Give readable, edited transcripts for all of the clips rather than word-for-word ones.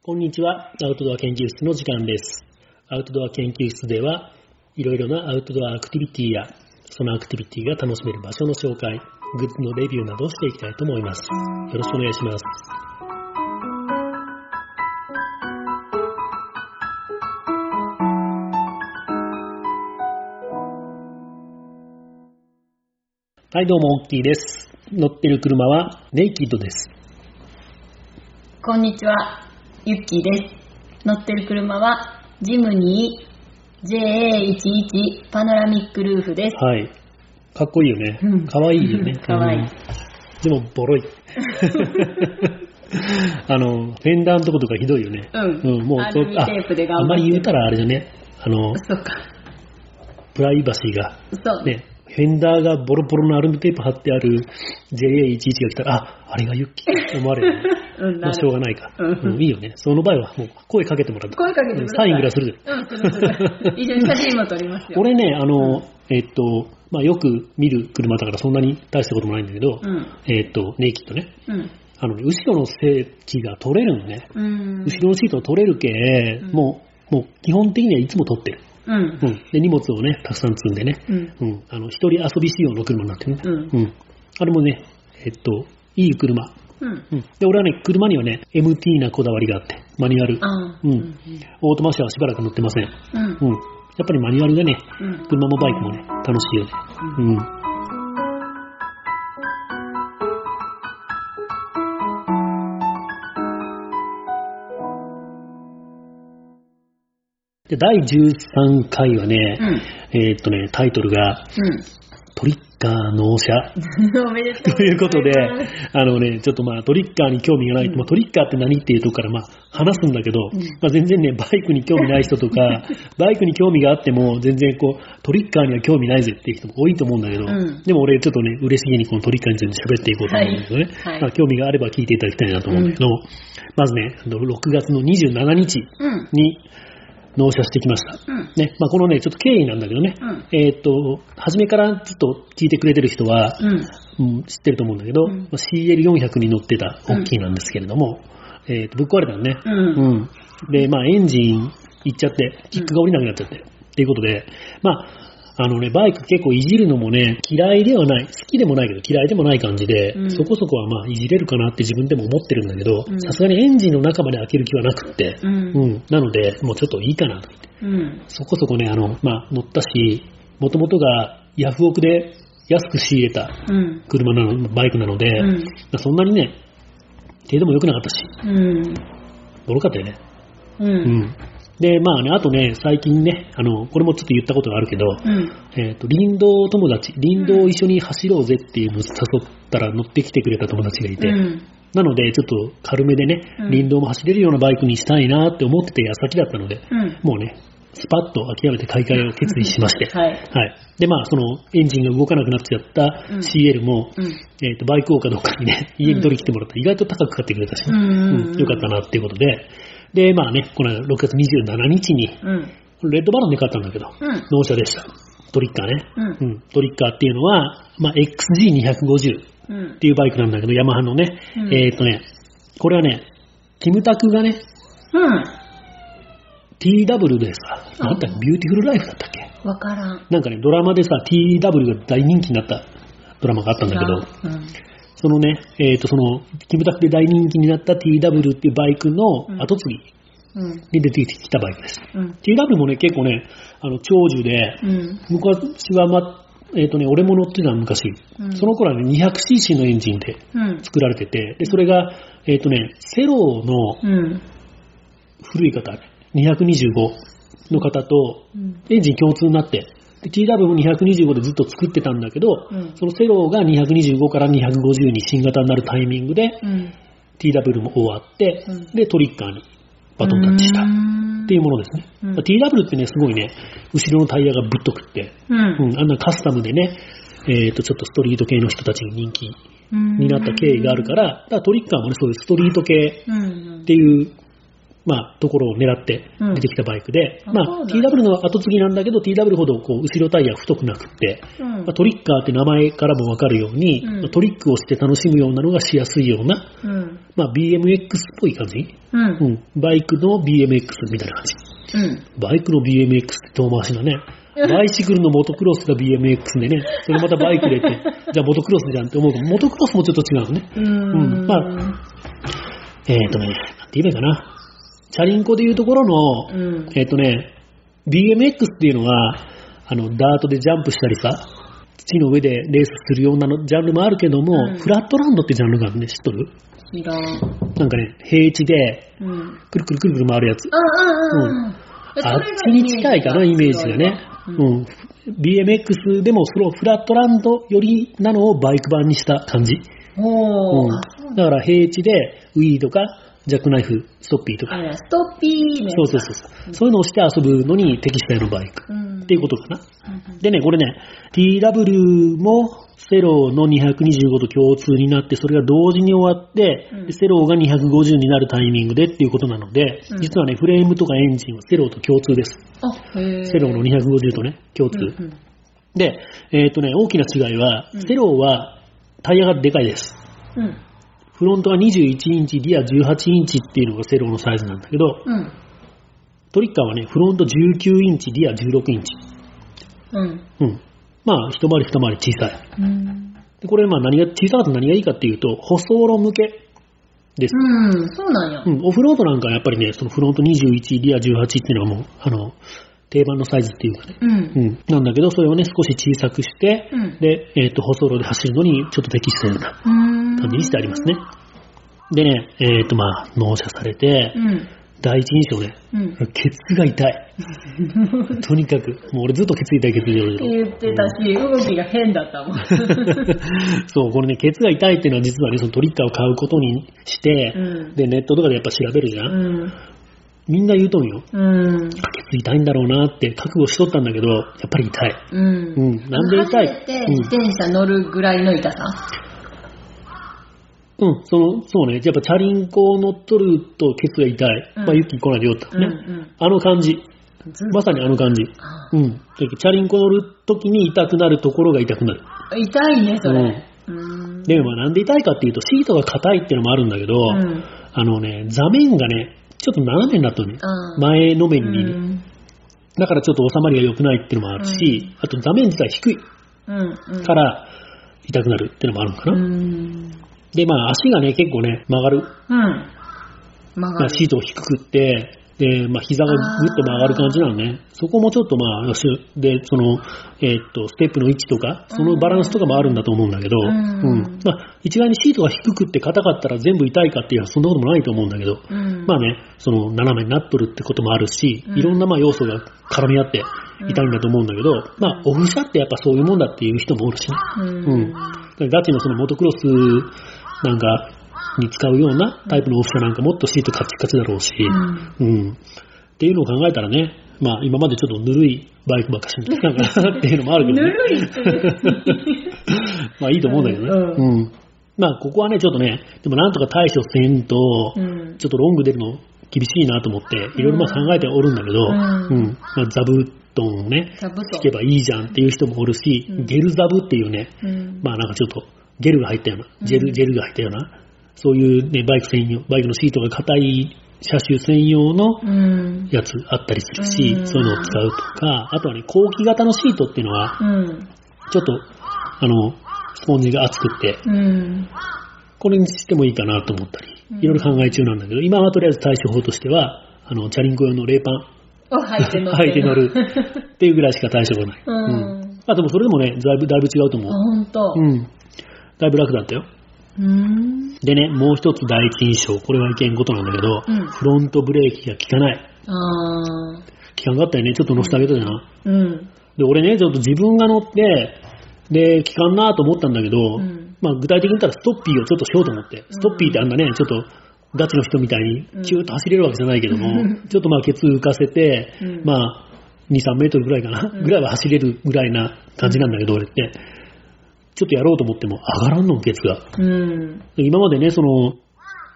こんにちは。アウトドア研究室の時間です。アウトドア研究室ではいろいろなアウトドアアクティビティやそのアクティビティが楽しめる場所の紹介、グッズのレビューなどをしていきたいと思います。よろしくお願いします。はい、どうも、オッキーです。乗ってる車はネイキッドです。 こんにちは、ユッキーです。乗ってる車はジムニー JA11 パノラミックルーフです。 はい。かっこいいよね。かわいいよね。 かわいい。 でも、ボロい。フェンダーのとことかひどいよね。 もうアルミテープで頑張って。 あんまり言うたらあれじゃね。 そうか。 プライバシーが。 そうね。 フェンダーがボロボロのアルミテープ貼ってある JA11 が来たら、あれがユッキーと思われる。まあしょうがないか。いいよね。その場合はもう声かけてもらって。 声かけてもらって。 サインぐらいするで。 一緒に写真も撮りますよ。 俺ね、まあよく見る車だからそんなに大したこともないんだけど、ネイキッドね。後ろの席が取れるのね。後ろのシートを取れるけ、もう基本的にはいつも取ってる。で荷物をねたくさん積んでね、一人遊び仕様の車になってるね、あれもねいい車、で俺はね車にはね MT なこだわりがあってマニュアル、オートマ車はしばらく乗ってません、やっぱりマニュアルがね、車もバイクもね楽しいよね、で第13回はね、タイトルが、トリッカー納車おめでとうということで、ちょっとまあトリッカーに興味がない、トリッカーって何っていうとこからまあ話すんだけど、全然ねバイクに興味ない人とかバイクに興味があっても全然こうトリッカーには興味ないぜっていう人も多いと思うんだけど、でも俺ちょっとね嬉しげにこのトリッカーについて喋っていこうと思うんだけどね、まあ、興味があれば聞いていただきたいなと思うんだけど、まずね6月の27日に、納車してきました。ね、まあ、このね、ちょっと経緯なんだけどね、初めからずっと聞いてくれてる人は、知ってると思うんだけど、CL400 に乗ってた大きいなんですけれども、ぶっ壊れたのね。で、まあ、エンジンいっちゃって、キックが降りなくなっちゃって、っていうことで、まあ、バイク結構いじるのもね、嫌いではない、好きでもないけど嫌いでもない感じで、そこそこはまあいじれるかなって自分でも思ってるんだけど、さすがにエンジンの中まで開ける気はなくって、なので、もうちょっといいかなと思って。そこそこね、まあ乗ったし、もともとがヤフオクで安く仕入れた車なの、バイクなので、そんなにね、程度も良くなかったし、ボロかったよね。で、まあね、あとね、最近ね、これもちょっと言ったことがあるけど、林道友達、林道を一緒に走ろうぜっていうのを誘ったら乗ってきてくれた友達がいて、なので、ちょっと軽めでね、林道も走れるようなバイクにしたいなって思ってて矢先だったので、もうね、スパッと諦めて買い替えを決意しまして、で、まあ、そのエンジンが動かなくなっちゃった CL も、バイク王かどっかにね、家に取り来てもらったら意外と高く買ってくれたし、よかったなっていうことで、で、まあね、この6月27日に、レッドバロンで買ったんだけど、納車でした。トリッカーね。トリッカーっていうのは、まあ、XG250 っていうバイクなんだけど、ヤマハのね、これはね、キムタクがね、TW でさ、なんだっけ、ビューティフルライフだったっけ？ わからん。 なんかね、ドラマでさ、TW が大人気になったドラマがあったんだけど、そのね、その、キムタクで大人気になった TW っていうバイクの後継ぎに出てきたバイクです。TW もね、結構ね、長寿で、昔は俺も乗ってた昔、その頃はね、200cc のエンジンで作られてて、で、それが、セロの古い方、225の方とエンジン共通になって、TW も225でずっと作ってたんだけど、そのセローが225から250に新型になるタイミングで、TW も終わって、で、トリッカーにバトンタッチしたっていうものですね。TW ってね、すごいね、後ろのタイヤがぶっとくって、あんなカスタムでね、ちょっとストリート系の人たちに人気になった経緯があるから、トリッカーもね、そういうストリート系っていうところを狙って出てきたバイクで、 うん TW の後継ぎなんだけど、TW ほどこう後ろタイヤ太くなくって、トリッカーって名前からもわかるように、トリックをして楽しむようなのがしやすいような、BMX っぽい感じ、バイクの BMX みたいな感じ。バイクの BMX って遠回しだね。バイシクルのモトクロスが BMX でね、それまたバイクでって、じゃあモトクロスじゃんって思うけど、モトクロスもちょっと違うね。なんて言えばいいかな。チャリンコでいうところの、BMX っていうのは、ダートでジャンプしたりさ、土の上でレースするようなジャンルもあるけども、フラットランドってジャンルがあるね、知っとる？ 知らん。 なんかね、平地で、くるくるくるくる回るやつ。あっちに近いかな、イメージがね。BMX でもそのフラットランドよりなのをバイク版にした感じ。だから平地でウィーとかジャックナイフ、ストッピーとか。 ストッピーね。 そういうのをして遊ぶのに適したようなバイク。っていうことかな。でね、これね、TW もセローの225と共通になって、それが同時に終わって、セローが250になるタイミングでっていうことなので、実はね、フレームとかエンジンはセローと共通です。セローの250とね、共通。で、大きな違いは、セローはタイヤがでかいです。フロントは21インチ、リア18インチっていうのがセローのサイズなんだけど、トリッカーはね、フロント19インチ、リア16インチ。一回り二回り小さい。でこれ何が小さかったら何がいいかっていうと、舗装路向けです。 そうなんや。 オフロードなんかはやっぱりね、そのフロント21、リア18っていうのはもう、定番のサイズっていうかね。なんだけど、それをね、少し小さくして、で、舗装路で走るのにちょっと適したような感じにしてありますね。でね、納車されて、第一印象ね、ケツが痛い。とにかく、もう俺ずっとケツ痛い言ってたし、動きが変だったもん。 そう、これね、ケツが痛いっていうのは実はね、そのトリッカーを買うことにして、で、ネットとかでやっぱ調べるじゃん。みんな言うとんよ。ケツ痛いんだろうなって覚悟しとったんだけど、やっぱり痛い。なんで痛い？ 初めて自転車乗るぐらいの痛さ。 そうね。やっぱチャリンコを乗っとるとケツが痛い。ユッキー来ないでよったね。あの感じ。まさにあの感じ。チャリンコ乗るときに痛くなるところが痛くなる。 痛いね、それ。 でもなんで痛いかっていうと、シートが硬いっていうのもあるんだけど、座面がね、ちょっと斜めになっとるね。前の面にね。だからちょっと収まりが良くないっていうのもあるし、あと座面自体低いから痛くなるっていうのもあるのかな。で、足がね、結構ね、曲がる。シートを低くって、で、膝がぐっと曲がる感じなのね。そこもちょっとで、その、ステップの位置とか、そのバランスとかもあるんだと思うんだけど、一概にシートが低くって硬かったら全部痛いかっていうのはそんなこともないと思うんだけど、その斜めになっとるってこともあるし、いろんな要素が絡み合って痛いんだと思うんだけど、オフ車ってやっぱそういうもんだっていう人もおるしね。ガチのそのモトクロスなんかに使うようなタイプのオフ車なんかもっとシートカチカチだろうし、っていうのを考えたらね、今までちょっとぬるいバイクばっかしに来たかなっていうのもあるけどね。 ぬるいっていいと思うんだけどね。ここはね、ちょっとね、でもなんとか対処せんと、ちょっとロング出るの厳しいなと思って、いろいろ考えておるんだけど、座布団をね、引けばいいじゃんっていう人もおるし、ゲル座布っていうね、なんかちょっとゲルが入ったような、ジェルが入ったような、そういうね、バイクのシートが硬い車種専用のやつあったりするし、そういうのを使うとか、あとはね、後期型のシートっていうのは、ちょっと、スポンジが厚くって、これにしてもいいかなと思ったり、いろいろ考え中なんだけど、今はとりあえず対処法としては、チャリンコ用の冷パンを履いて乗るっていうぐらいしか対処がない。でもそれでもね、だいぶ違うと思う。 本当。 だいぶ楽だったよ。でね、もう一つ第一印象、これはいけんことなんだけど、フロントブレーキが効かない。効かんかったよね、ちょっと乗せてあげたじゃん。で、俺ね、ちょっと自分が乗って、で、効かんなと思ったんだけど、具体的に言ったらストッピーをちょっとしようと思って、ストッピーってあんなね、ちょっとガチの人みたいにキューッと走れるわけじゃないけども、ちょっとケツ浮かせて、2、3メートルぐらいかな、ぐらいは走れるぐらいな感じなんだけど、俺って。ちょっとやろうと思っても上がらんの、ケツが。今までね、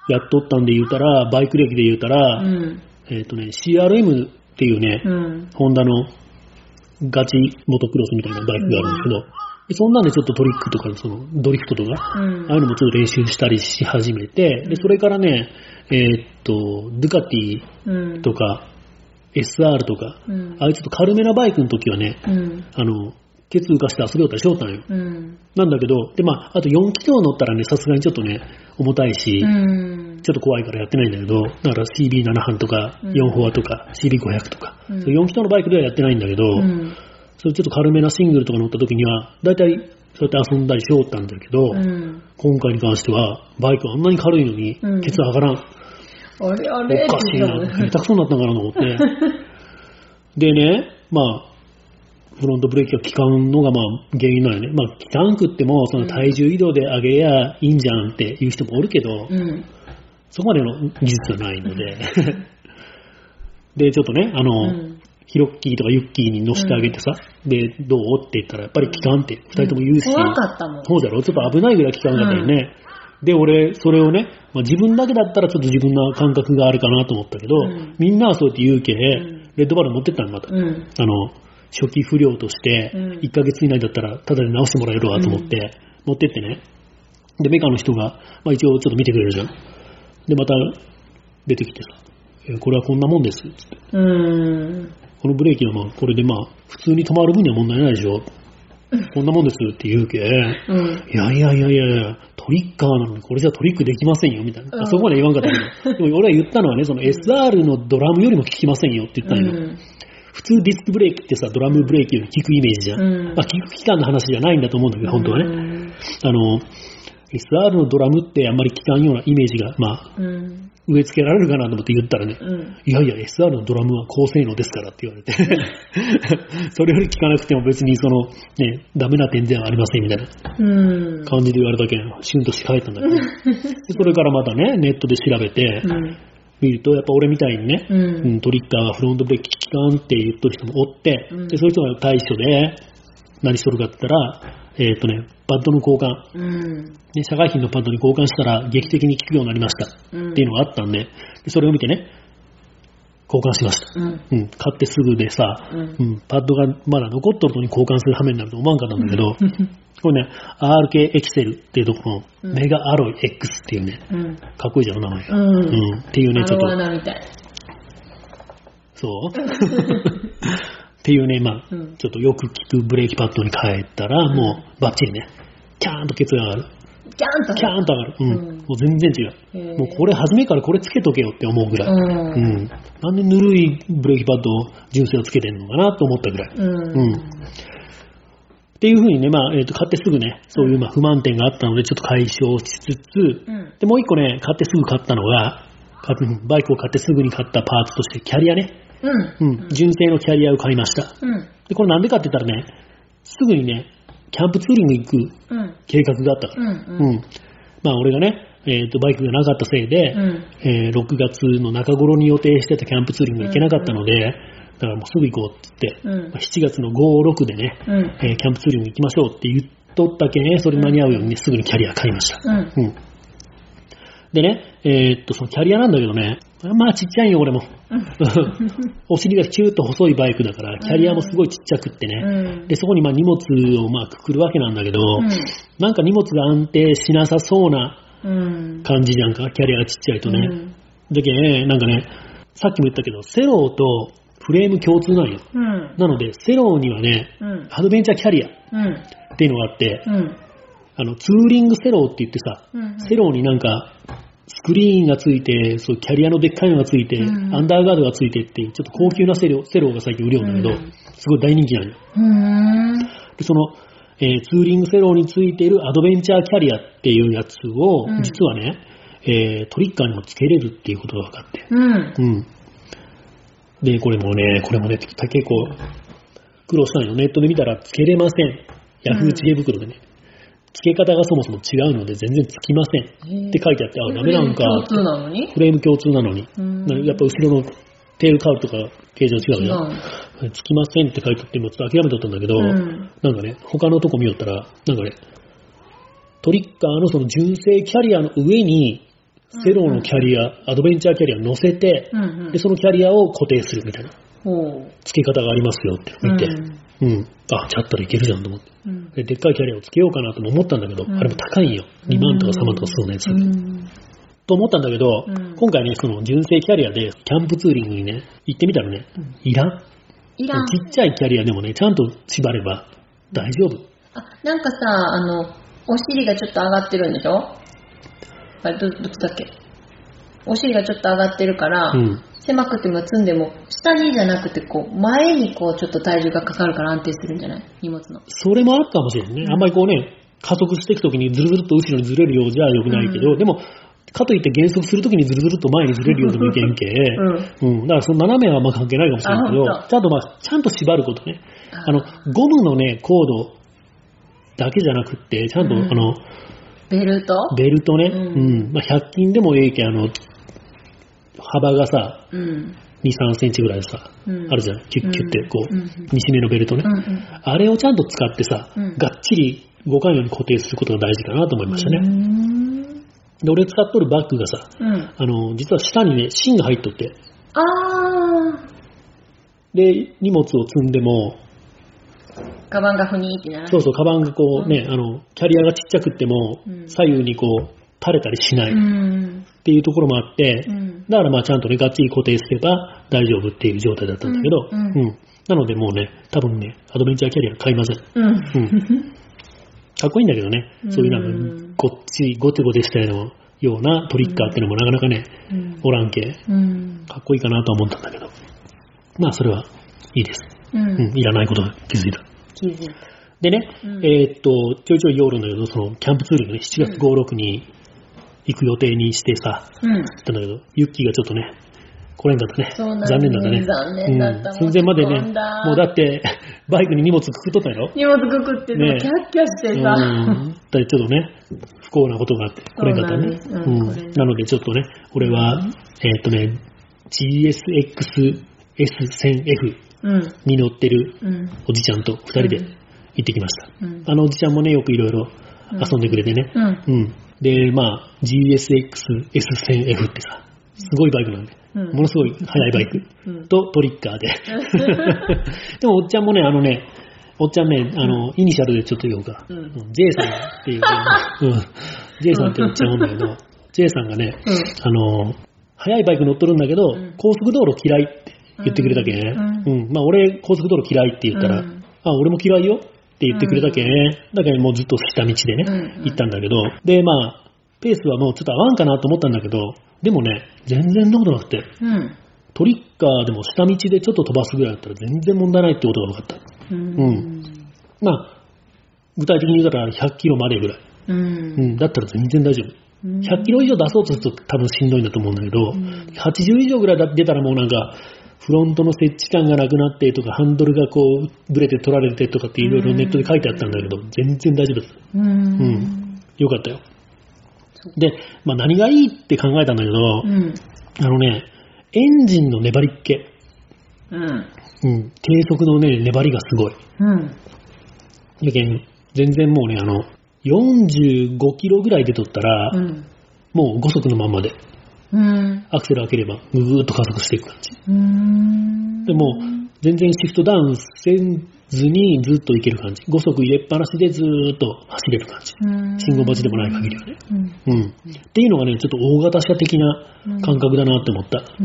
やっとったんで言うたら、バイク歴で言うたら、CRM っていうね、ホンダのガチモトクロスみたいなバイクがあるんですけど、そんなんでちょっとトリックとか、そのドリフトとか、ああいうのもちょっと練習したりし始めて、で、それからね、ドゥカティとか、SR とか、ああいうちょっと軽めなバイクの時はね、ケツ浮かして遊びよったりしよったんよ。なんだけど、で、あと4気筒乗ったらね、さすがにちょっとね、重たいし、ちょっと怖いからやってないんだけど、だから CB7 班とか、4フォアとか、CB500 とか、そう4気筒のバイクではやってないんだけど、そういうちょっと軽めなシングルとか乗った時には、だいたいそうやって遊んだりしよったんだけど、今回に関しては、バイクあんなに軽いのに、ケツ上がらん。 あれあれおかしいな。下手くそになったんかなと思って。でね、フロントブレーキが効かんのが原因なのね。効かんくっても、その体重移動で上げやいいんじゃんっていう人もおるけど、そこまでの技術はないので。で、ちょっとね、ヒロッキーとかユッキーに乗せてあげてさ、で、どうって言ったら、やっぱり効かんって二人とも言うし。 怖かったもん。 そうだろ、ちょっと危ないぐらい効かんかったよね。で、俺、それをね、自分だけだったらちょっと自分の感覚があるかなと思ったけど、みんなはそうやって言うけ、レッドバル持ってったのまた。初期不良として、1ヶ月以内だったらタダで直してもらえるわと思って、持ってってね。で、メカの人が、一応ちょっと見てくれるじゃん。で、また出てきてさ、これはこんなもんです、つって。このブレーキはこれで普通に止まる分には問題ないでしょ。こんなもんですって言うけ、いや、トリッカーなのにこれじゃトリックできませんよ、みたいな。そこまで言わんかったけど、でも俺は言ったのはね、その SR のドラムよりも効きませんよって言ったんよ。普通ディスクブレーキってさ、ドラムブレーキより効くイメージじゃん。効く期間の話じゃないんだと思うんだけど、本当はね。SR のドラムってあんまり効かんようなイメージが、植え付けられるかなと思って言ったらね、いや SR のドラムは高性能ですからって言われて、それより効かなくても別にダメな点ではありませんみたいな感じで言われたけん、シュンとして帰ったんだけど、それからまたね、ネットで調べて、見ると、やっぱ俺みたいにね、トリッカー、フロントブレーキ効かんって言っとる人もおって、で、そういう人が対処で何しとるかって言ったら、パッドの交換、社外品のパッドに交換したら劇的に効くようになりましたっていうのがあったんで、それを見てね、交換しました。買ってすぐでさ、パッドがまだ残っとるのに交換する羽目になると思わんかったんだけど、これね、RK エキセルっていうところのメガアロイ X っていうね、かっこいいじゃん、名前が。っていうね、ちょっと。 アロワナみたい。 そうっていうね、ちょっとよく効くブレーキパッドに変えたら、もうバッチリね、キャーンとケツが上がる。キャーンと上がる。もう全然違う。もうこれ初めからこれつけとけよって思うぐらい。なんでぬるいブレーキパッドを純正をつけてんのかなと思ったぐらい。っていう風にね、買ってすぐね、そういう不満点があったのでちょっと解消しつつ、で、もう一個ね、買ってすぐ買ったのが、バイクを買ってすぐに買ったパーツとしてキャリアね。純正のキャリアを買いました。で、これなんでかって言ったらね、すぐにね、キャンプツーリング行く計画があったから。俺がね、バイクがなかったせいで、6月の中頃に予定してたキャンプツーリングが行けなかったので、だからもうすぐ行こうって言って、7月の5、6でね、キャンプツーリング行きましょうって言っとったけね、それに間に合うようにね、すぐにキャリア買いました。でね、そのキャリアなんだけどね、ちっちゃいよ、俺も。お尻がキューッと細いバイクだから、キャリアもすごいちっちゃくってね。で、そこに荷物をくくるわけなんだけど、なんか荷物が安定しなさそうな感じじゃんか、キャリアがちっちゃいとね。だけどね、なんかね、さっきも言ったけど、セローとフレーム共通なんよ。なので、セローにはね、アドベンチャーキャリアっていうのがあって、ツーリングセローって言ってさ、セローになんか、スクリーンがついて、そうキャリアのでっかいのがついて、アンダーガードがついてっていう、ちょっと高級なセローが最近売るようなんだけど、すごい大人気なんよ。で、その、ツーリングセローについているアドベンチャーキャリアっていうやつを、実はね、トリッカーにもつけれるっていうことが分かって。で、これもね、結構苦労したんよ。ネットで見たらつけれません。ヤフー知恵袋でね。付け方がそもそも違うので全然つきませんって書いてあって、ダメなんか。 フレーム共通なのに？ フレーム共通なのに。やっぱ後ろのテールカウルとか形状違うじゃん。つきませんって書いてあってもちょっと諦めとったんだけど、なんかね、他のとこ見よったら、なんかね、トリッカーのその純正キャリアの上にセロのキャリア、アドベンチャーキャリアを乗せて、でそのキャリアを固定するみたいな付け方がありますよって見て、あ、じゃったらいけるじゃんと思って、でっかいキャリアをつけようかなとも思ったんだけど、あれも高いんよ。2万とか3万とかするのやつ。と思ったんだけど、今回ね、その純正キャリアでキャンプツーリングにね、行ってみたらね、いらん。ちっちゃいキャリアでもね、ちゃんと縛れば大丈夫。 なんかさ、お尻がちょっと上がってるんでしょ？あれどっちだっけ？お尻がちょっと上がってるから、狭くても積んでも、下にじゃなくて、こう、前にこう、ちょっと体重がかかるから安定するんじゃない？荷物の。 それもあるかもしれないね。あんまりこうね、加速していくときにずるずるっと後ろにずれるようじゃ良くないけど、でも、かといって減速するときにずるずるっと前にずれるようでもいけんけ、だからその斜めはあんま関係ないかもしれないけど、ちゃんと縛ることね。ゴムのね、コードだけじゃなくって、ちゃんとベルトね。 100均でもええけ、幅がさ、2、3センチぐらいさ、あるじゃん。キュッキュッて、こう、西目のベルトね。あれをちゃんと使ってさ、がっちり動かんように固定することが大事かなと思いましたね。で、俺使っとるバッグがさ、実は下にね、芯が入っとって。で、荷物を積んでも、 カバンがふにーってならない。 そうそう、カバンがこうね、キャリアがちっちゃくっても、左右にこう、垂れたりしないっていうところもあって、だからまあちゃんとね、がっちり固定すれば大丈夫っていう状態だったんだけど、なのでもうね、多分ね、アドベンチャーキャリア買いません。かっこいいんだけどね、そういうなんか、ごちごてしたようなトリッカーっていうのもなかなかね、おらんけ、かっこいいかなと思ったんだけど、まあそれはいいです。いらないことが気づいた。でね、ちょいちょい夜だけど、そのキャンプツーリングね、7月5、6に行く予定にしてさ、たんだけど、ユッキーがちょっとね、来れんかったね。残念だったね。 残念だった。 寸前までね、もうだって、バイクに荷物くくっとったやろ？ 荷物くくってね、キャッキャしてさ。だってちょっとね、不幸なことがあって、来れんかったね。なのでちょっとね、俺は、GSX-S1000F に乗ってるおじちゃんと2人で行ってきました。おじちゃんもね、よくいろいろ遊んでくれてね。で、まあ、GSX-S1000F ってさ、すごいバイクなんで、ものすごい速いバイクとトリッカーで。でもおっちゃんもね、おっちゃんね、イニシャルでちょっと言おうか、J さんっていう、J さんっておっちゃんなんだけど、J さんがね、速いバイク乗っとるんだけど、高速道路嫌いって言ってくれたけん、まあ俺高速道路嫌いって言ったら、俺も嫌いよって言ってくれたけん、だからもうずっと下道でね、行ったんだけど、で、まあ、ペースはもうちょっと合わんかなと思ったんだけど、でもね、全然そんなことなくて、トリッカーでも下道でちょっと飛ばすぐらいだったら全然問題ないってことが分かった。まあ、具体的に言うたら100キロまでぐらい。だったら全然大丈夫。100キロ以上出そうとすると多分しんどいんだと思うんだけど、80以上ぐらい出たらもうなんか、フロントの接地感がなくなってとか、ハンドルがこう、ブレて取られてとかっていろいろネットで書いてあったんだけど、全然大丈夫です。よかったよ。で、まあ何がいいって考えたんだけど、エンジンの粘りっ気。低速のね、粘りがすごい。やけん、全然もうね、45キロぐらいで取ったら、もう5速のまんまで、アクセル開ければ、ぐーっと加速していく感じ。でも、全然シフトダウンせずにずっといける感じ。5速入れっぱなしでずーっと走れる感じ。信号待ちでもない限りはね。っていうのがね、ちょっと大型車的な感覚だなって思った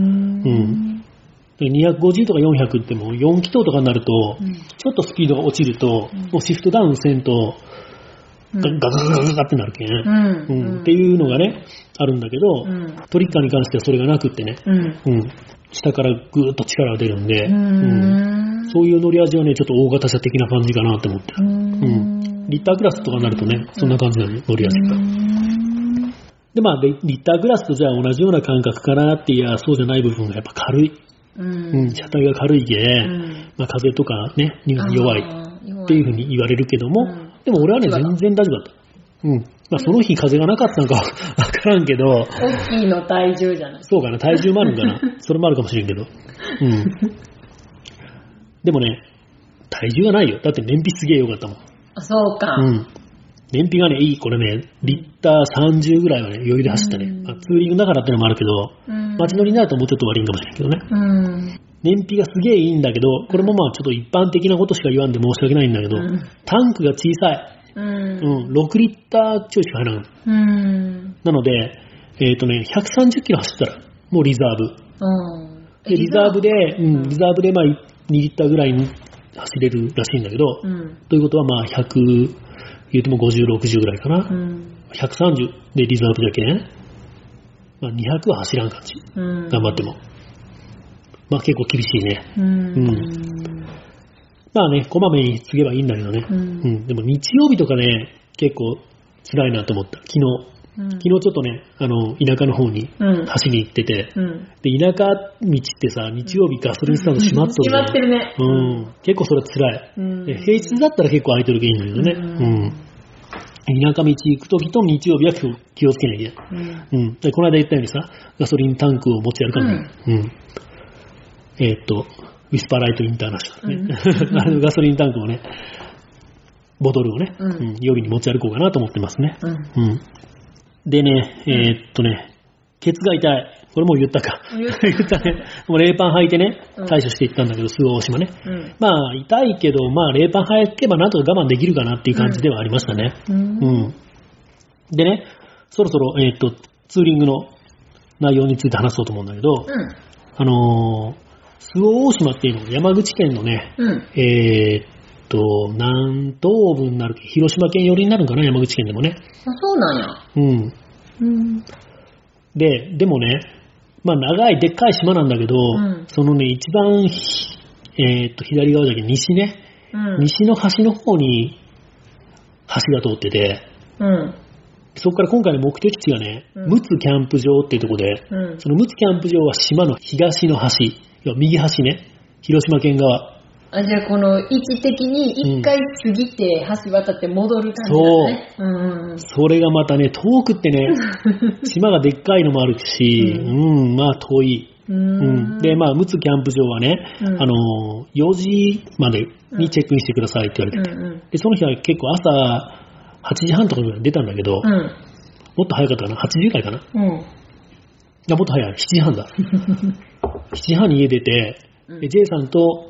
。250とか400ってもう4気筒とかになると、ちょっとスピードが落ちると、もうシフトダウンせんと、ガガガガガってなるけん。っていうのがね、あるんだけど、トリッカーに関してはそれがなくってね、下からぐーっと力が出るんで、そういう乗り味はね、ちょっと大型車的な感じかなって思って。リッタークラスとかになるとね、そんな感じなの乗りやすいから。で、まあ、リッタークラスとじゃあ同じような感覚かなっていや、そうじゃない部分がやっぱ軽い。車体が軽いけ、まあ、風とかね、に弱いっていうふうに言われるけども、でも俺はね、全然大丈夫だった。まあ、その日風がなかったのかわからんけど。 大きいの体重じゃない。 そうかな、体重もあるんかな。それもあるかもしれんけど。でもね、体重がないよ。だって燃費すげえ良かったもん。 そうか。 燃費がね、いい。これね、リッター30ぐらいはね、余裕で走ったね。まあ、ツーリングだからってのもあるけど、街乗りになるともうちょっと悪いんかもしれないけどね。燃費がすげえいいんだけど、これもまあちょっと一般的なことしか言わんで申し訳ないんだけど、タンクが小さい。6リッターちょいしか入らない。なので、130キロ走ったら、もうリザーブ。でリザーブでまあ2リッターぐらいに走れるらしいんだけど、ということはまあ100、言うても50、60ぐらいかな。130でリザーブだけね。まあ、200は走らん感じ。頑張っても。まあ結構厳しいね。まあね、こまめに継げばいいんだけどね。でも日曜日とかね、結構辛いなと思った。昨日ちょっとね、田舎の方に走りに行ってて、で、田舎道ってさ、日曜日ガソリンスタンド閉まっとる、 閉まってるね。 結構それは辛い。で平日だったら結構空いてるけいいんだけどね。田舎道行くときと日曜日は気をつけなきゃいけない。でこの間言ったようにさ、ガソリンタンクを持ち歩かない。ウィスパーライトインターナショナルね。ガソリンタンクをね、ボトルをね、予備に持ち歩こうかなと思ってますね。でね、ケツが痛い。これもう言ったか。言ったね。もう冷パン履いてね、対処していったんだけど、周防大島ね。まあ、痛いけど、まあ、冷パン履けばなんとか我慢できるかなっていう感じではありましたね。でね、そろそろ、ツーリングの内容について話そうと思うんだけど、周防大島っていうのは山口県のね、南東部になる、広島県寄りになるんかな、山口県でもね。 そうなんや。 でもね、まあ長いでっかい島なんだけど、そのね、一番、左側だけ西ね、西の端の方に橋が通ってて、そこから今回の目的地がね、陸奥キャンプ場っていうところで、その陸奥キャンプ場は島の東の端、右端ね、広島県側。 じゃあこの位置的に一回過ぎて橋渡って戻る感じだね。 それがまたね、遠くってね、島がでっかいのもあるし、まあ遠い。で、まあ、陸奥キャンプ場はね、4時までにチェックインしてくださいって言われてて、でその日は結構朝8時半とかぐらい出たんだけど、もっと早かったかな、8時ぐらいかな。いや、もっと早い、7時半だ。7時半に家出て、J さんと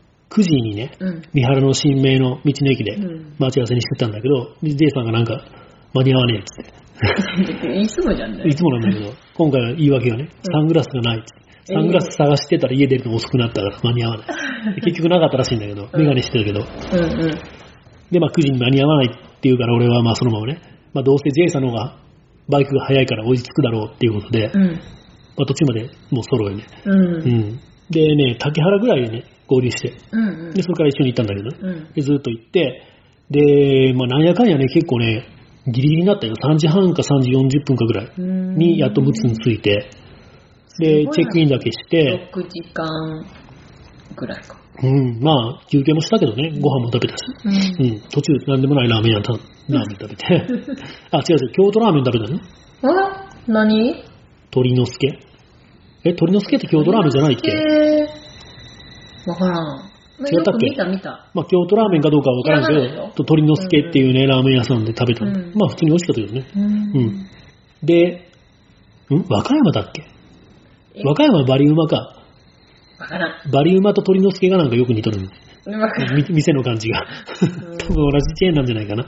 9時にね、三原の新名の道の駅で待ち合わせにしてたんだけど、J さんがなんか間に合わねえっつって。 いつもじゃんね。 いつもなんだけど、今回は言い訳がね、サングラスがないっつって。サングラス探してたら家出るの遅くなったから間に合わない。結局なかったらしいんだけど、メガネしてたけど。で、まあ9時に間に合わないって言うから俺はまあそのままね、まあどうせ J さんの方がバイクが速いから追いつくだろうっていうことで、まあ途中までもう揃えね。でね、竹原ぐらいでね、合流して、で、それから一緒に行ったんだけど、でずっと行って、で、まあなんやかんやね、結構ね、ギリギリになったよ。3時半か3時40分かぐらいにやっと陸奥に着いて、で、チェックインだけして、 6時間ぐらいか。 まあ、休憩もしたけどね、ご飯も食べたし、途中なんでもないラーメン食べて、あ、違う、京都ラーメン食べたの？ 何？ 鳥之助。鳥之助って京都ラーメンじゃないっけ？ わからん。 違ったっけ？ 見た。 まあ、京都ラーメンかどうかはわからんけど、鳥之助っていうね、ラーメン屋さんで食べたの。まあ、普通に美味しかったけどね。で、和歌山だっけ？和歌山はバリウマか。 わからん。 バリウマと鳥之助がなんかよく似とる。店の感じが。多分同じチェーンなんじゃないかな。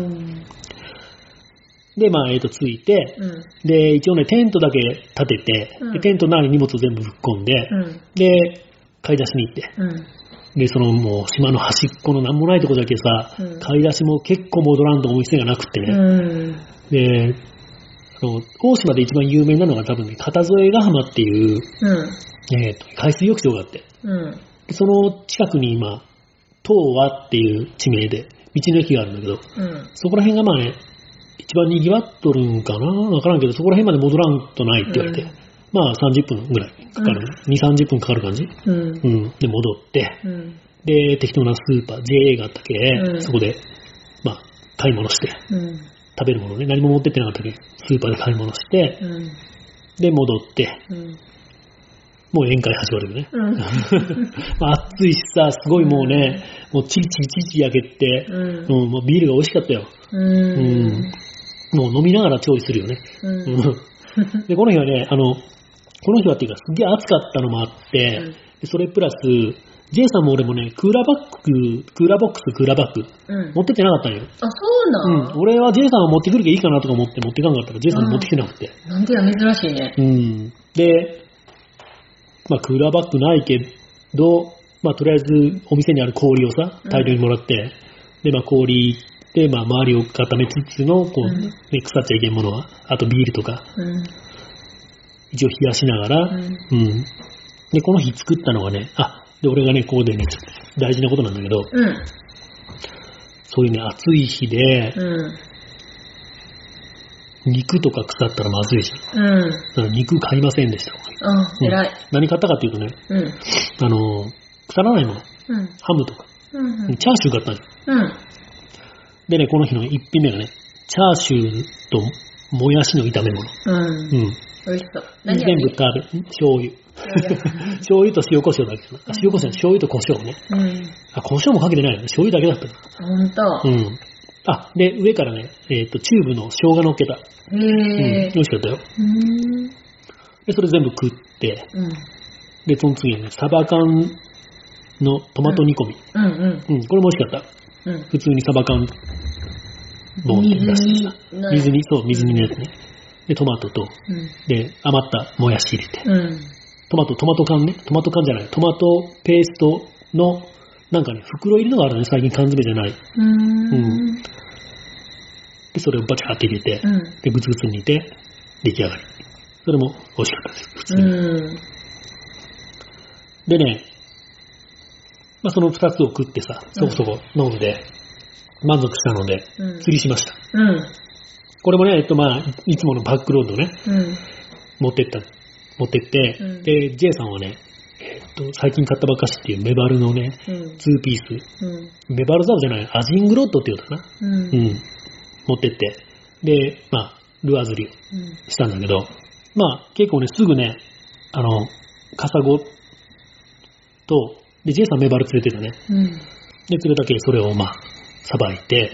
で、まあ、着いて、で、一応ね、テントだけ立てて、でテントの中に荷物を全部ぶっ込んで、で、買い出しに行って、で、そのもう島の端っこのなんもないとこだけさ、買い出しも結構戻らんとお店がなくってね。で、大島で一番有名なのが多分ね、片添ヶ浜っていう、海水浴場があって、その近くに今、東和っていう地名で、道の駅があるんだけど、そこら辺がまあね、一番賑わっとるんかなわからんけど、そこら辺まで戻らんとないって言われて、まあ30分ぐらいかかる。2、30分かかる感じ。で、戻って、で、適当なスーパー、JA があったけ、そこで、まあ、買い物して、食べるものね、何も持ってってなかったけど、スーパーで買い物して、で、戻って、 もう宴会始まるよね。まあ、暑いしさ、すごいもうね、もうチリチリチリチリ焼けて、もうビールが美味しかったよ。もう飲みながら調理するよね。で、この日はね、この日はっていうか、すげえ暑かったのもあって、それプラス、J さんも俺もね、クーラーバッグ、持ってってなかったんよ。 あ、そうなん？ 俺は J さんは持ってくるけいいかなとか思って持ってかんかったら J さん持ってきてなくて。 なんでや、珍しいね。 で、まあクーラーバッグないけど、まあとりあえずお店にある氷をさ、大量にもらって、で、まあ氷で、まあ周りを固めつつの、こう、ね、腐っちゃいけんものは、あとビールとか、一応冷やしながら、で、この日作ったのがね、で、俺がね、ここでね、大事なことなんだけど、そういうね、暑い日で、肉とか腐ったらまずいじゃん。だから肉買いませんでした。 偉い。 何買ったかっていうとね、腐らないもの、ハムとか、チャーシュー買ったんよ。でね、この日の一品目がね、チャーシューともやしの炒め物。 美味しそう。 全部食べ、醤油。醤油と塩コショウだけかな。塩コショウ、醤油と胡椒ね。胡椒もかけてないよね。醤油だけだったほんと。 で、上からね、チューブの生姜乗っけた。美味しかったよ。で、それ全部食って、で、その次はね、サバ缶のトマト煮込み。これも美味しかった。普通にサバ缶ボンって出してきた。水煮のやつね。で、トマトと、で、余ったもやし入れて、トマト缶ね、トマトペーストの、なんかね、袋入りのがあるね、最近缶詰じゃない。で、それをバチャーって入れて、で、グツグツ煮て、出来上がり。それも美味しかったです、普通に。でね、まあ、その2つを食ってさ、そこそこ飲んで、満足したので、釣りしました。これもね、まあ、いつものバックロードね、持ってって、で、J さんはね、最近買ったばっかしっていうメバルのね、2ピース、メバルザオじゃない、アジングロッドって言うたかな、持ってって、で、まあ、ルアー釣りをしたんだけど、まあ、結構ね、すぐね、カサゴと、で、J さんメバル連れてたね。で、釣れたけそれをまあ、さばいて、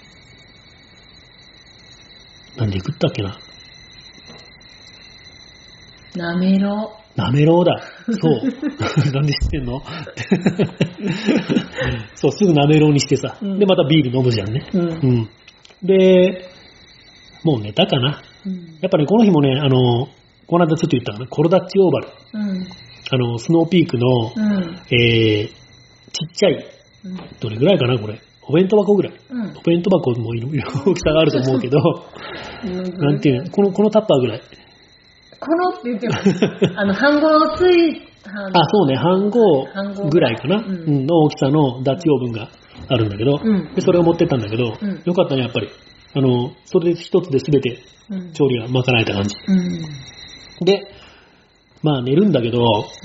何で食ったっけな。 なめろうだ。そう。なんで知ってんのそう、すぐなめろうにしてさ。で、またビール飲むじゃんね。で、もう寝たかな。やっぱり、ね、この日もね、この間ちょっと言ったかな、コロダッチオーバル。スノーピークの、ちっちゃい、どれぐらいかな、これ。お弁当箱ぐらい。お弁当箱もいろいろ大きさがあると思うけど、なんていうの、このタッパーぐらい。 このって言っても、半合つい、 そうね、半合ぐらいかな、の大きさのダッチオーブンがあるんだけど、でそれを持ってったんだけど、よかったね、やっぱり。それ一つで全て調理が賄えた感じ。で、まあ寝るんだけど、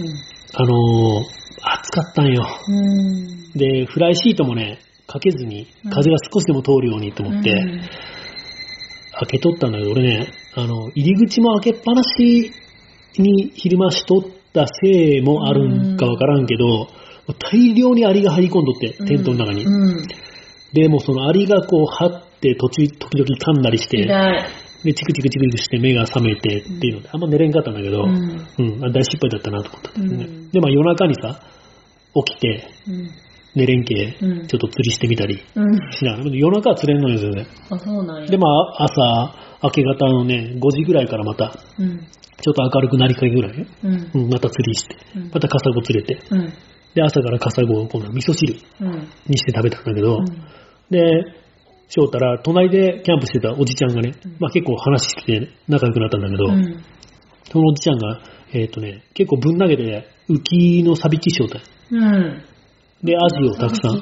暑かったんよ。で、フライシートもね、かけずに風が少しでも通るようにと思って、開けとったんだけど、俺ね、入り口も開けっぱなしに昼間しとったせいもあるんかわからんけど、大量にアリが入り込んどって、テントの中に。で、もうそのアリがこう張って時々噛んだりして、で、チクチクして目が覚めてっていうので、あんま寝れんかったんだけど、大失敗だったなと思ったんだよね。で、まあ夜中にさ、起きて、寝れんけ、ちょっと釣りしてみたりしながら、夜中は釣れんのですよね。 そうなんや。 で、まあ朝、明け方のね、5時ぐらいからまた、ちょっと明るくなりかけぐらい、また釣りして、またカサゴ釣れて、で、朝からカサゴを今度は味噌汁にして食べたんだけど、で、しょうたら、隣でキャンプしてたおじちゃんがね、まあ結構話して仲良くなったんだけど、そのおじちゃんが、結構ぶん投げて、浮きのサビキしようた。で、アジをたくさん、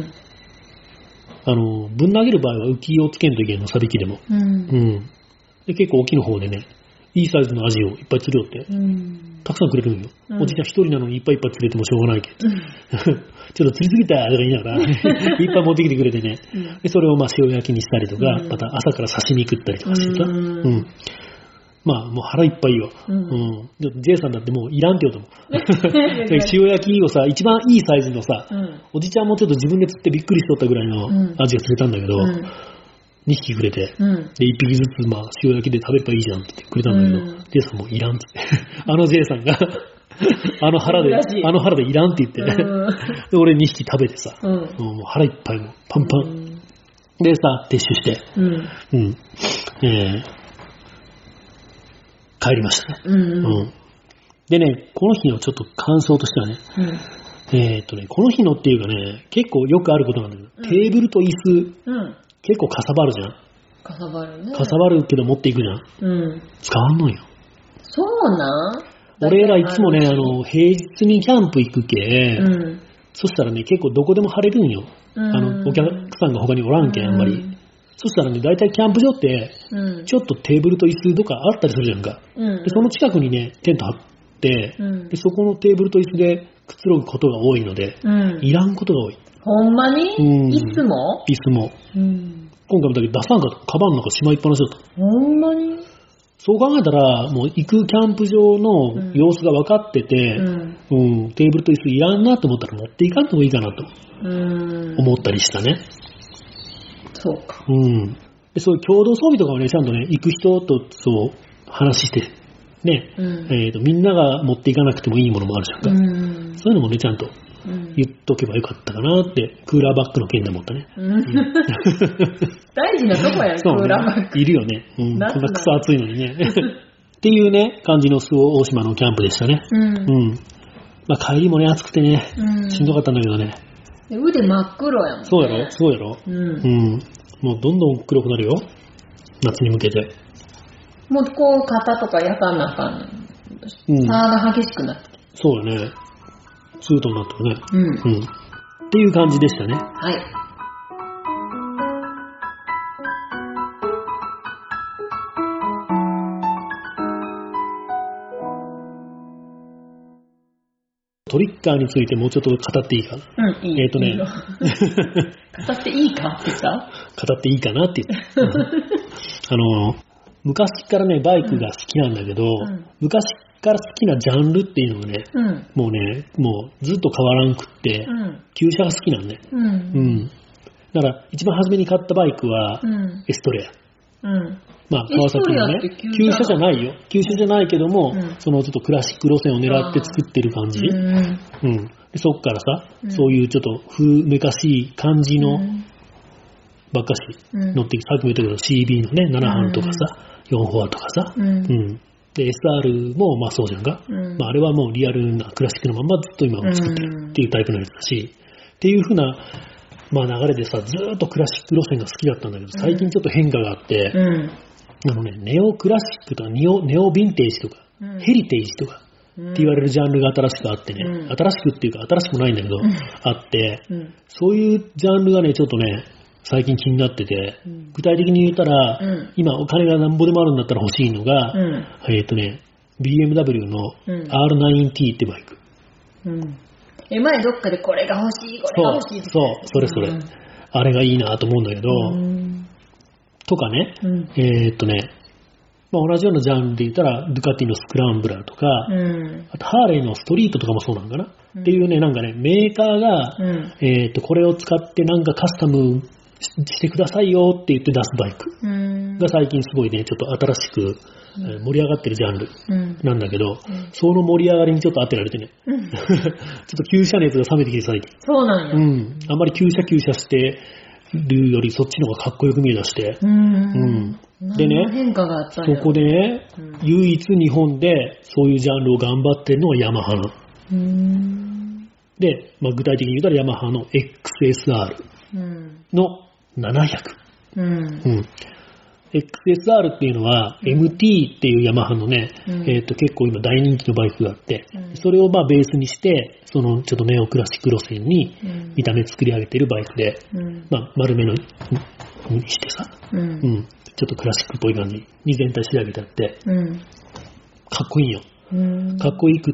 ぶん投げる場合は浮きをつけんといけんの、サビキでも。で、結構沖の方でね、いいサイズのアジをいっぱい釣りよって、たくさんくれるんよ。おじちゃん一人なのにいっぱいいっぱい釣れてもしょうがないけど、ちょっと釣りすぎたとか言いながら、いっぱい持ってきてくれてね、でそれをまあ塩焼きにしたりとか、また朝から刺身食ったりとかしてさ、 まあもう腹いっぱいよ。J さんだってもういらんって言うと思う。塩焼きをさ、一番いいサイズのさ、おじちゃんもちょっと自分で釣ってびっくりしとったぐらいのアジが釣れたんだけど、2匹くれて、で、1匹ずつまあ塩焼きで食べればいいじゃんって言ってくれたんだけど、J さんもういらんって。J さんが、あの腹でいらんって言って、で、俺2匹食べてさ、もう腹いっぱいもうパンパン。でさ、撤収して、帰りましたね。でね、この日のちょっと感想としてはね、この日のっていうかね、結構よくあることなんだけど、テーブルと椅子、結構かさばるじゃん。 かさばるね。 かさばるけど持っていくじゃん。使わんのよ。 そうなん？ 俺らいつもね、平日にキャンプ行くけ、そしたらね、結構どこでも晴れるんよ。お客さんが他におらんけん、あんまり。そしたらね、大体キャンプ場って、ちょっとテーブルと椅子とかあったりするじゃんか。でその近くにね、テント張って、でそこのテーブルと椅子でくつろぐことが多いので、いらんことが多い。 ほんまに？椅子も？ 椅子も。今回もだけど出さんかった。カバンの中しまいっぱなしだった。 ほんまに？ そう考えたら、もう行くキャンプ場の様子が分かってて、テーブルと椅子いらんなと思ったら持っていかんでもいいかなと思ったりしたね。 そうか。 でそういう共同装備とかをね、ちゃんとね、行く人とそう話して、ね、みんなが持っていかなくてもいいものもあるじゃんか。そういうのもね、ちゃんと言っとけばよかったかなって、クーラーバッグの件で思ったね。 大事なとこやね、クーラーバッグ。 いるよね。こんなクソ暑いのにね。っていうね、感じの周防大島のキャンプでしたね。まあ帰りもね、暑くてね、しんどかったんだけどね。 腕真っ黒やもんね。 そうやろそうやろもうどんどん黒くなるよ。夏に向けて。 もうこう肩とかやかんなあかんね。差が激しくなってきて。 そうだね。ツートになってるね。っていう感じでしたね。 はい。 トリッカーについてもうちょっと語っていいかな。 いい。語っていいかって言った？ 語っていいかなって言った。昔からね、バイクが好きなんだけど、昔から好きなジャンルっていうのがね、もうずっと変わらんくって、旧車が好きなんね。だから一番初めに買ったバイクは、エストレア。まあ、川崎のね、旧車じゃないよ。旧車じゃないけども、そのちょっとクラシック路線を狙って作ってる感じ。でそっからさ、そういうちょっと風めかしい感じのばっかし乗ってきて、さっきも言ったけど CB のね、7班とかさ、4フォアとかさ、で、SR もまあそうじゃんか。まああれはもうリアルなクラシックのままずっと今も作ってるっていうタイプのやつだし、っていう風な、まあ流れでさ、ずーっとクラシック路線が好きだったんだけど、最近ちょっと変化があって、ネオクラシックとかネオヴィンテージとか、ヘリテージとかって言われるジャンルが新しくあってね、新しくっていうか新しくないんだけど、あって、そういうジャンルがね、ちょっとね、最近気になってて、具体的に言ったら、今お金がなんぼでもあるんだったら欲しいのが、BMW の R9T ってバイク。 前どっかでこれが欲しい、これが欲しい。 そう、それそれ。あれがいいなと思うんだけど、とかね、まあ、同じようなジャンルで言ったら、ドゥカティのスクランブラーとか、あとハーレーのストリートとかもそうなのかな、っていうね、なんかね、メーカーが、これを使ってなんかカスタムしてくださいよって言って出すバイクが最近すごいね、ちょっと新しく盛り上がってるジャンルなんだけど、その盛り上がりにちょっと当てられてね、ちょっと旧車熱が冷めてきて最近。 そうなんや。 あんまり旧車してるよりそっちの方がかっこよく見えだして。でね、 変化があったんそこでね、唯一日本でそういうジャンルを頑張ってるのがヤマハなの。で、まあ、具体的に言うたらヤマハの XSR の700。XSR っていうのは MT っていうヤマハのね、結構今大人気のバイクがあって、それをまあベースにして、そのちょっとネオクラシック路線に見た目作り上げてるバイクで、まあ丸めのにしてさ、ちょっとクラシックっぽい感じに全体仕上げてあって、かっこいいよ。かっこいいくって、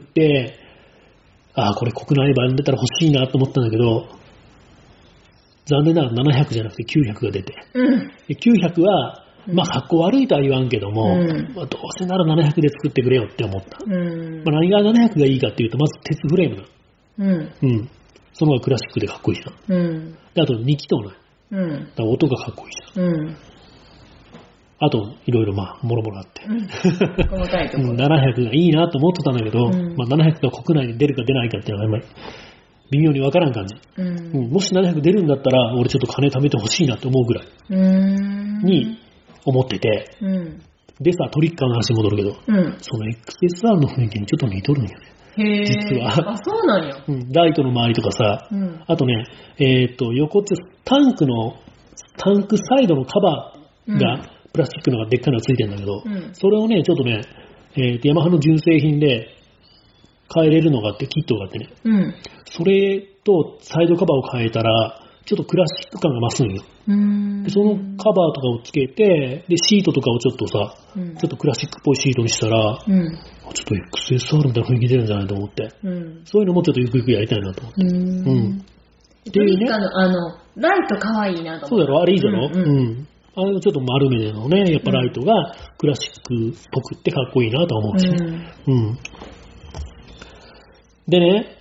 これ国内版出たら欲しいなと思ったんだけど、残念ながら700じゃなくて900が出て、900はまあ、格好悪いとは言わんけども、まあ、どうせなら700で作ってくれよって思った。まあ、何が700がいいかっていうと、まず鉄フレームだ。その方がクラシックでかっこいいじゃん。で、あと2気筒ない。だから音がかっこいいじゃん。あと、いろいろまあ、もろもろあって。 細かいところ。 700がいいなと思ってたんだけど、まあ、700が国内で出るか出ないかっていうのはあんまり微妙にわからん感じ。もし700出るんだったら、俺ちょっと金貯めてほしいなって思うぐらいに思ってて、でさ、トリッカーの話に戻るけど、その XSR の雰囲気にちょっと似とるんよね。実は。 あ、そうなんや。 ライトの周りとかさ、あとね、横ってタンクサイドのカバーが、プラスチックのがでっかいのがついてるんだけど、それをね、ちょっとね、ヤマハの純正品で変えれるのがあって、キットがあってね、それとサイドカバーを変えたら、ちょっとクラシック感が増すんよ。でそのカバーとかをつけて、で、シートとかをちょっとさ、ちょっとクラシックっぽいシートにしたら、ちょっと XSR みたいな雰囲気出るんじゃないと思って、そういうのもちょっとゆくゆくやりたいなと思って。 トリッカーのライト可愛いなと思って。 そうだろ、あれいいだろ。あれのちょっと丸めのね、やっぱライトがクラシックっぽくってかっこいいなと思うし。でね、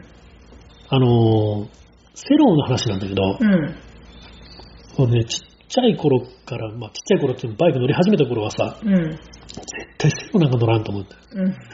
セローの話なんだけど、これね、ちっちゃい頃から、まあちっちゃい頃ってバイク乗り始めた頃はさ、絶対セローなんか乗らんと思って。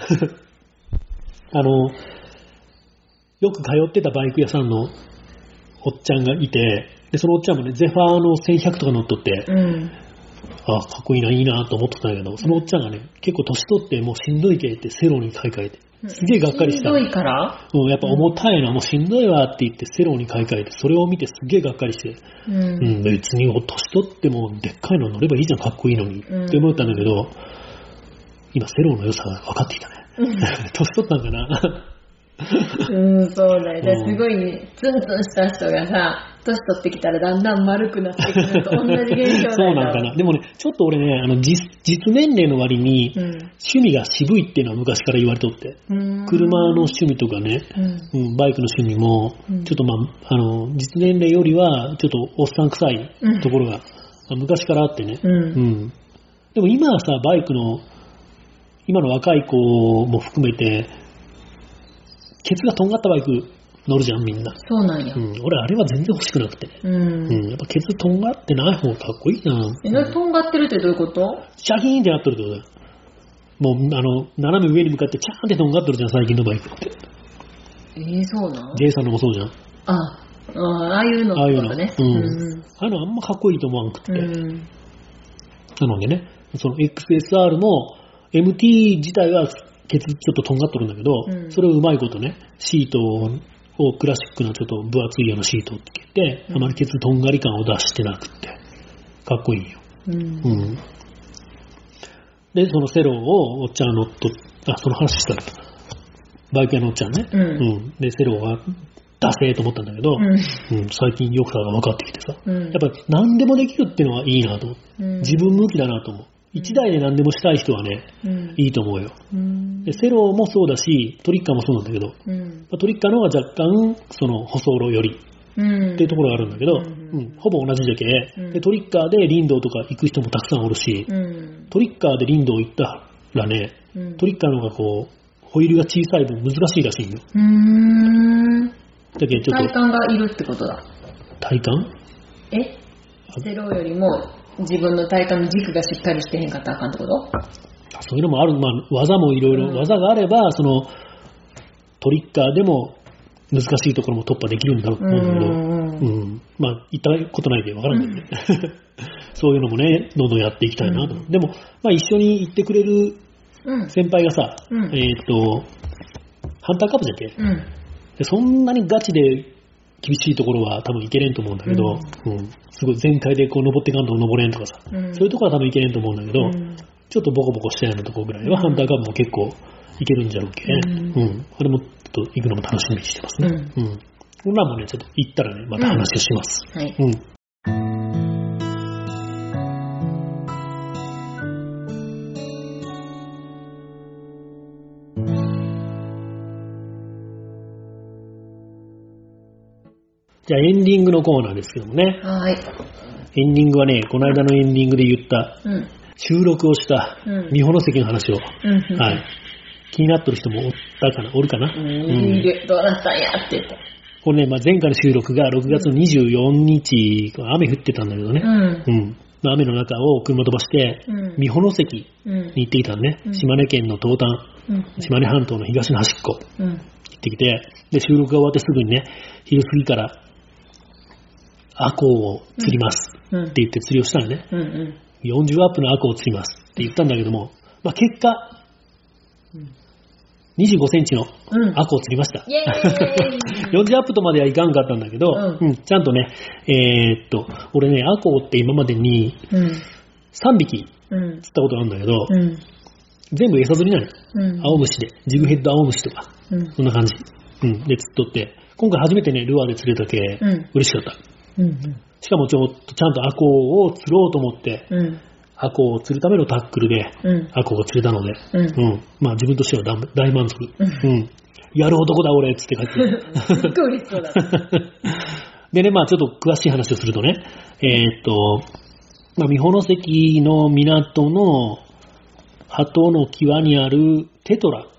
よく通ってたバイク屋さんのおっちゃんがいて、で、そのおっちゃんもね、ゼファーの1100とか乗っとって、あ、かっこいいな、いいなと思ってたんだけど、そのおっちゃんがね、結構年取ってもうしんどい系ってセローに買い替えて、すげえがっかりした。 しんどいから？ やっぱ重たいな、もうしんどいわって言ってセローに買い替えて、それを見てすげえがっかりして、別に年取ってもでっかいの乗ればいいじゃん、かっこいいのに、って思ったんだけど、今セローの良さが分かってきたね。年取ったんかな。 そうだよ。すごいね、ツンツンした人がさ、年取ってきたらだんだん丸くなってくると同じ現象だよ。 そうなんかな。でもね、ちょっと俺ね、実年齢の割に、趣味が渋いっていうのは昔から言われとって、車の趣味とかね、バイクの趣味も、ちょっとまあ、実年齢よりは、ちょっとおっさん臭いところが、昔からあってね。でも今はさ、バイクの、今の若い子も含めて、ケツがとんがったバイク乗るじゃん、みんな。 そうなんや。 俺、あれは全然欲しくなくて。やっぱケツとんがってない方がかっこいいな。 とんがってるってどういうこと？ シャキーンってなってるってことだよ。もう、斜め上に向かってチャーンってとんがってるじゃん、最近のバイクって。 そうなん？ J さんのもそうじゃん。 ああいうのってことね。 ああいうのあんまかっこいいと思わなくて。なのでね、その XSR も MT 自体はケツちょっととんがっとるんだけど、それをうまいことね、シートをクラシックなちょっと分厚いようなシートをつけて、あまりケツとんがり感を出してなくて、かっこいいよ。で、そのセロをおっちゃん乗っと、その話したら、バイク屋のおっちゃんね。で、セロはダセーと思ったんだけど、最近よくさが分かってきてさ、やっぱり何でもできるっていうのはいいなと思って、自分向きだなと思う。一台で何でもしたい人はね、いいと思うよ。でセロもそうだし、トリッカーもそうなんだけど、トリッカーの方が若干、その舗装路よりっていうところがあるんだけど、ほぼ同じじゃけ、でトリッカーで林道とか行く人もたくさんおるし、トリッカーで林道行ったらね、トリッカーの方がこう、ホイールが小さい分難しいらしいんよ。だけどちょっと体幹がいるってことだ。 体幹？ セロよりも自分の体幹の軸がしっかりしてへんかったらあかんってこと？ そういうのもある。まあ、技もいろいろ、技があれば、その、トリッカーでも難しいところも突破できるんだろうと思うんだけど、まあ、言ったことないでわからんけどね。そういうのもね、どんどんやっていきたいなと。でも、まあ、一緒に行ってくれる先輩がさ、ハンターカップじゃけ、でそんなにガチで厳しいところは多分いけれんと思うんだけど、すごい全開でこう登っていかんと登れんとかさ、そういうところは多分いけれんと思うんだけど、ちょっとボコボコしたようなところぐらいはハンターカップも結構いけるんじゃろうけ、これもちょっと行くのも楽しみにしてますね。こんなんもね、ちょっと行ったらね、また話をします。 じゃあエンディングのコーナーですけどもね。 はい。 エンディングはね、この間のエンディングで言った、収録をした三保関の話を、はい。気になってる人もおるかな。 どうなったんやって言って。 これね、前回の収録が6月24日、雨降ってたんだけどね。雨の中を車飛ばして、三保関に行ってきたのね。島根県の東端、島根半島の東の端っこ、行ってきて、で、収録が終わってすぐにね、昼過ぎから、アコウを釣りますって言って釣りをしたのね。40アップのアコウを釣りますって言ったんだけども、結果、25センチのアコウを釣りました。40アップとまではいかんかったんだけど、ちゃんとね、俺ね、アコウって今までに3匹釣ったことあるんだけど、全部餌釣りなの。青虫で、ジグヘッド青虫とか、そんな感じ。で釣っとって、今回初めてね、ルアーで釣れたけ、嬉しかった。しかもちゃんとアコウを釣ろうと思って、アコウを釣るためのタックルで、アコウが釣れたので、自分としては大満足。やる男だ俺っつって帰ってる。 すっごい嬉しそうだ。 でね、ちょっと詳しい話をするとね、三保関の港の鳩の際にあるテトラ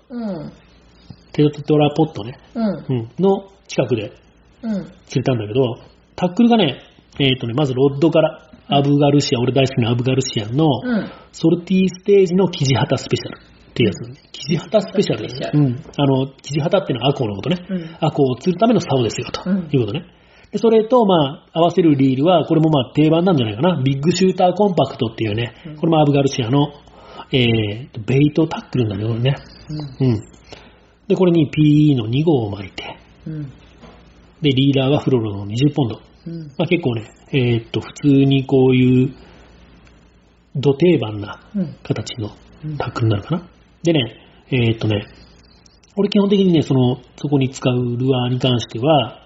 ポットね、の近くで釣れたんだけど、タックルがね、まずロッドからアブガルシア、俺大好きなアブガルシアのソルティーステージのキジハタスペシャルっていうやつなんで、キジハタスペシャルですね。キジハタっていうのはアコウのことね。アコウを釣るための竿ですよということね。でそれと合わせるリールはこれも定番なんじゃないかな。ビッグシューターコンパクトっていうね、これもアブガルシアのベイトタックルなんだけどね。でこれに PE の2号を巻いて、でリーダーはフロロの20ポンド。結構ね、普通にこういう土定番な形のタックルになるかな。でね、俺基本的にね、そこに使うルアーに関しては、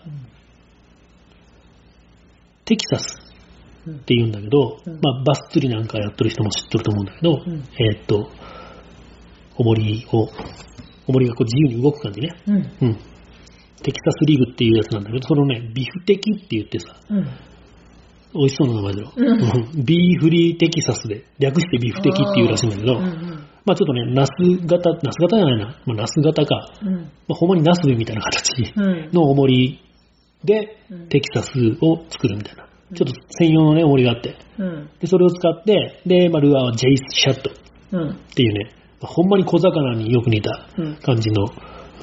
テキサスって言うんだけど、バス釣りなんかやってる人も知ってると思うんだけど、重りがこう自由に動く感じね。テキサスリグっていうやつなんだけど、そのね、ビフテキって言ってさ、美味しそうな名前だろ。ビーフリーテキサスで、略してビフテキっていうらしいんだけど、ちょっとね、ナス型じゃないな、ナス型か、ほんまにナスビみたいな形の重りでテキサスを作るみたいな。ちょっと専用のね、重りがあって。で、それを使って、で、ルアーはジェイスシャットっていうね、ほんまに小魚によく似た感じの、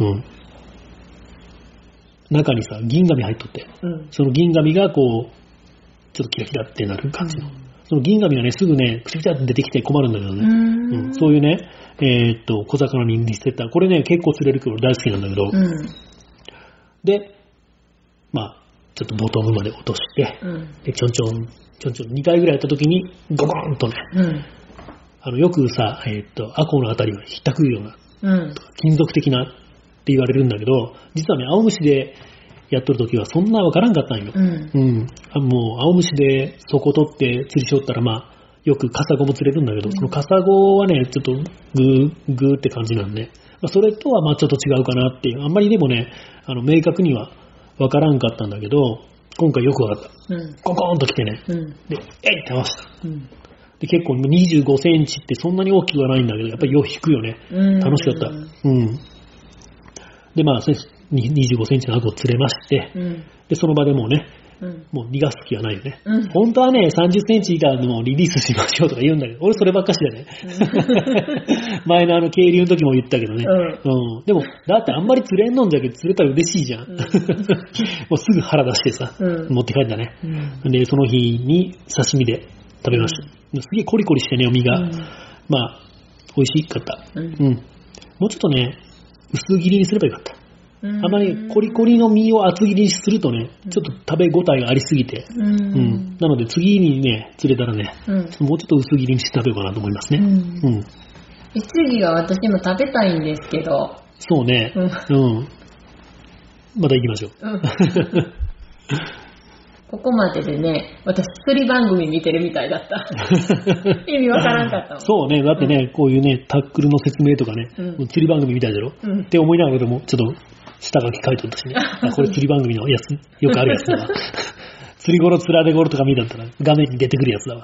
中にさ、銀紙入っとって、その銀紙がこう、ちょっとキラキラってなる感じの。その銀紙がね、すぐね、くちゃくちゃって出てきて困るんだけどね。そういうね、小魚に似せた、これね、結構釣れるけど大好きなんだけど、で、ちょっとボトムまで落として、で、ちょんちょん2回ぐらいやった時に、ゴコンとね、よくさ、アコウのあたりをひったくるような、金属的なって言われるんだけど、実はね、青虫でやっとる時はそんなわからんかったんよ。もう青虫で底取って釣りしよったら、よくカサゴも釣れるんだけど、そのカサゴはね、ちょっとグーって感じなんで、それとはちょっと違うかなっていう、あんまりでもね、明確にはわからんかったんだけど、今回よくわかった。ココーンと来てね、で、えいって合わせた。で結構25センチってそんなに大きくはないんだけど、やっぱりよく引くよね。楽しかった。で、25センチのアコを釣れまして、で、その場でもうね、もう逃がす気はないよね。本当はね、30センチ以下でもリリースしましょうとか言うんだけど、俺そればっかしだね。前の渓流の時も言ったけどね。でも、だってあんまり釣れんのんじゃけど釣れたら嬉しいじゃん。もうすぐ腹出してさ、持って帰ったね。で、その日に刺身で食べました。すげえコリコリしてね、身が。美味しかった。もうちょっとね、薄切りにすればよかった。あまりコリコリの身を厚切りにするとね、ちょっと食べ応えがありすぎて、なので次にね、釣れたらね、もうちょっと薄切りにして食べようかなと思いますね。 次は私も食べたいんですけど。 そうね。また行きましょう。 ここまででね、私釣り番組見てるみたいだった。意味わからんかったもん。 そうね、だってね、こういうね、タックルの説明とかね、釣り番組みたいだろ、って思いながらでも、ちょっと下書き書いとったしね。これ釣り番組のやつ、よくあるやつだわ。釣り頃、つられ頃とか見たったら画面に出てくるやつだわ。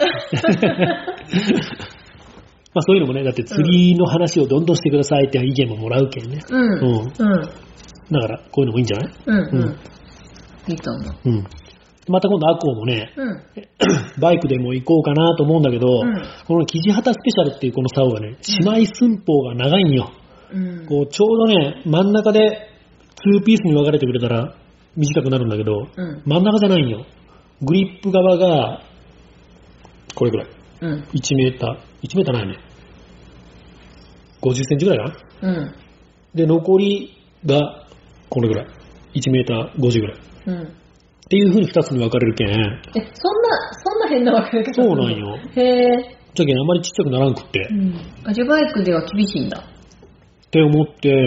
まあそういうのもね、だって釣りの話をどんどんしてくださいって意見ももらうけんね。だからこういうのもいいんじゃない？ いいと思う。 また今度アコーもね、バイクでも行こうかなと思うんだけど、このキジハタスペシャルっていうこの竿がね、姉妹寸法が長いんよ。こうちょうどね、真ん中で2ピースに分かれてくれたら短くなるんだけど、真ん中じゃないんよ。グリップ側がこれぐらい。1メーターないね。50センチぐらいかな。で、残りがこれぐらい。1メーター50ぐらい。っていう風に2つに分かれるけん。 そんな変な分かれ方？ そうなんよ。じゃけんあんまりちっちゃくならんくって。 じゃあバイクでは厳しいんだ。 って思って、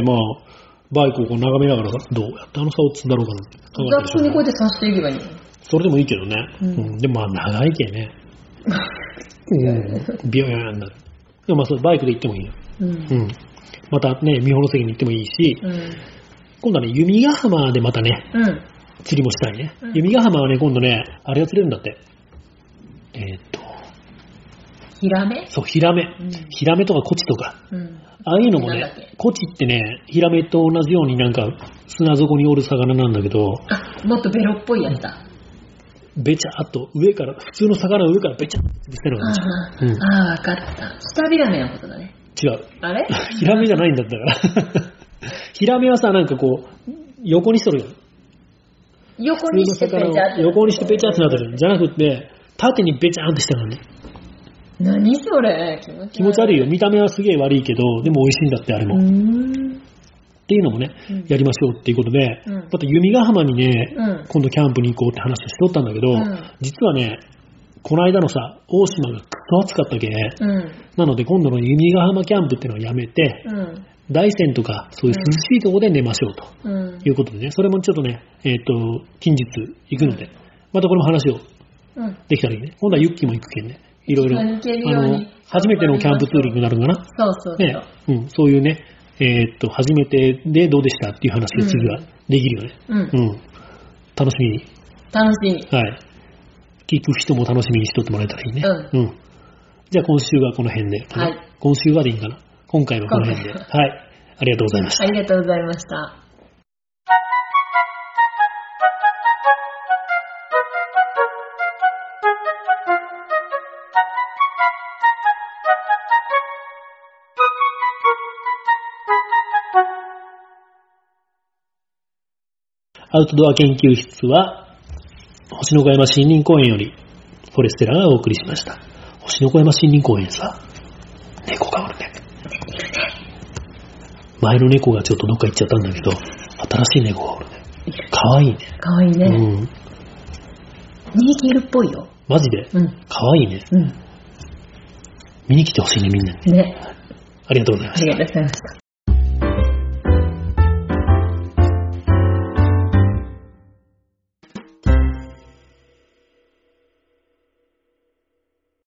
まあ、バイクをこう眺めながらさ、どうやってあの差を積んだろうかなって考えてる。 雑にこうやって刺していけばいいの？ それでもいいけどね。でもまあ長いけんね。ビヨーンなる。でもまあそれバイクで行ってもいいよ。またね、三保関に行ってもいいし、今度はね、弓ヶ浜でまたね、釣りもしたいね。弓ヶ浜はね、今度ね、あれが釣れるんだって。 ヒラメ？ そう、ヒラメ。ヒラメとかコチとか。ああいうのもね、コチってね、ヒラメと同じようになんか砂底におる魚なんだけど、 もっとベロっぽいやつだ。 べちゃっと上から、普通の魚の上からべちゃってしてるのがわかった。下ヒラメのことだね。 違う。 あれ？ ヒラメじゃないんだったから。ヒラメはさ、なんかこう、横にしとるよ。 横にしてペチャって。 横にしてペチャってなってる。じゃなくて、縦にべちゃんってしてるのね。 何それ？ 気持ち悪いよ。見た目はすげえ悪いけど、でも美味しいんだって、あれも。っていうのもね、やりましょうっていうことで、また弓ヶ浜にね、今度キャンプに行こうって話をしとったんだけど、実はね、この間のさ、大島がくっと暑かったけ、なので今度の弓ヶ浜キャンプっていうのをやめて、大山とかそういう涼しいところで寝ましょうということでね、それもちょっとね、近日行くので、またこれも話をできたらいいね。今度はユッキーも行くけんね。いろいろ、初めてのキャンプツーリングになるんかな。そういうね、初めてでどうでしたっていう話が次はできるよね。楽しみに。はい。聞く人も楽しみにしとってもらえたらいいね。じゃあ今週はこの辺で。今週はでいいかな。今回はこの辺で。はい。ありがとうございました。 ありがとうございました。 アウトドア研究室は、星の小山森林公園より、フォレステラがお送りしました。星の小山森林公園さ、猫がおるね。前の猫がちょっとどっか行っちゃったんだけど、新しい猫がおるね。かわいいね。 かわいいね。2匹いるっぽいよ。 マジで？かわいいね。見に来てほしいね、みんなに。 ね。 ありがとうございました。 ありがとうございました。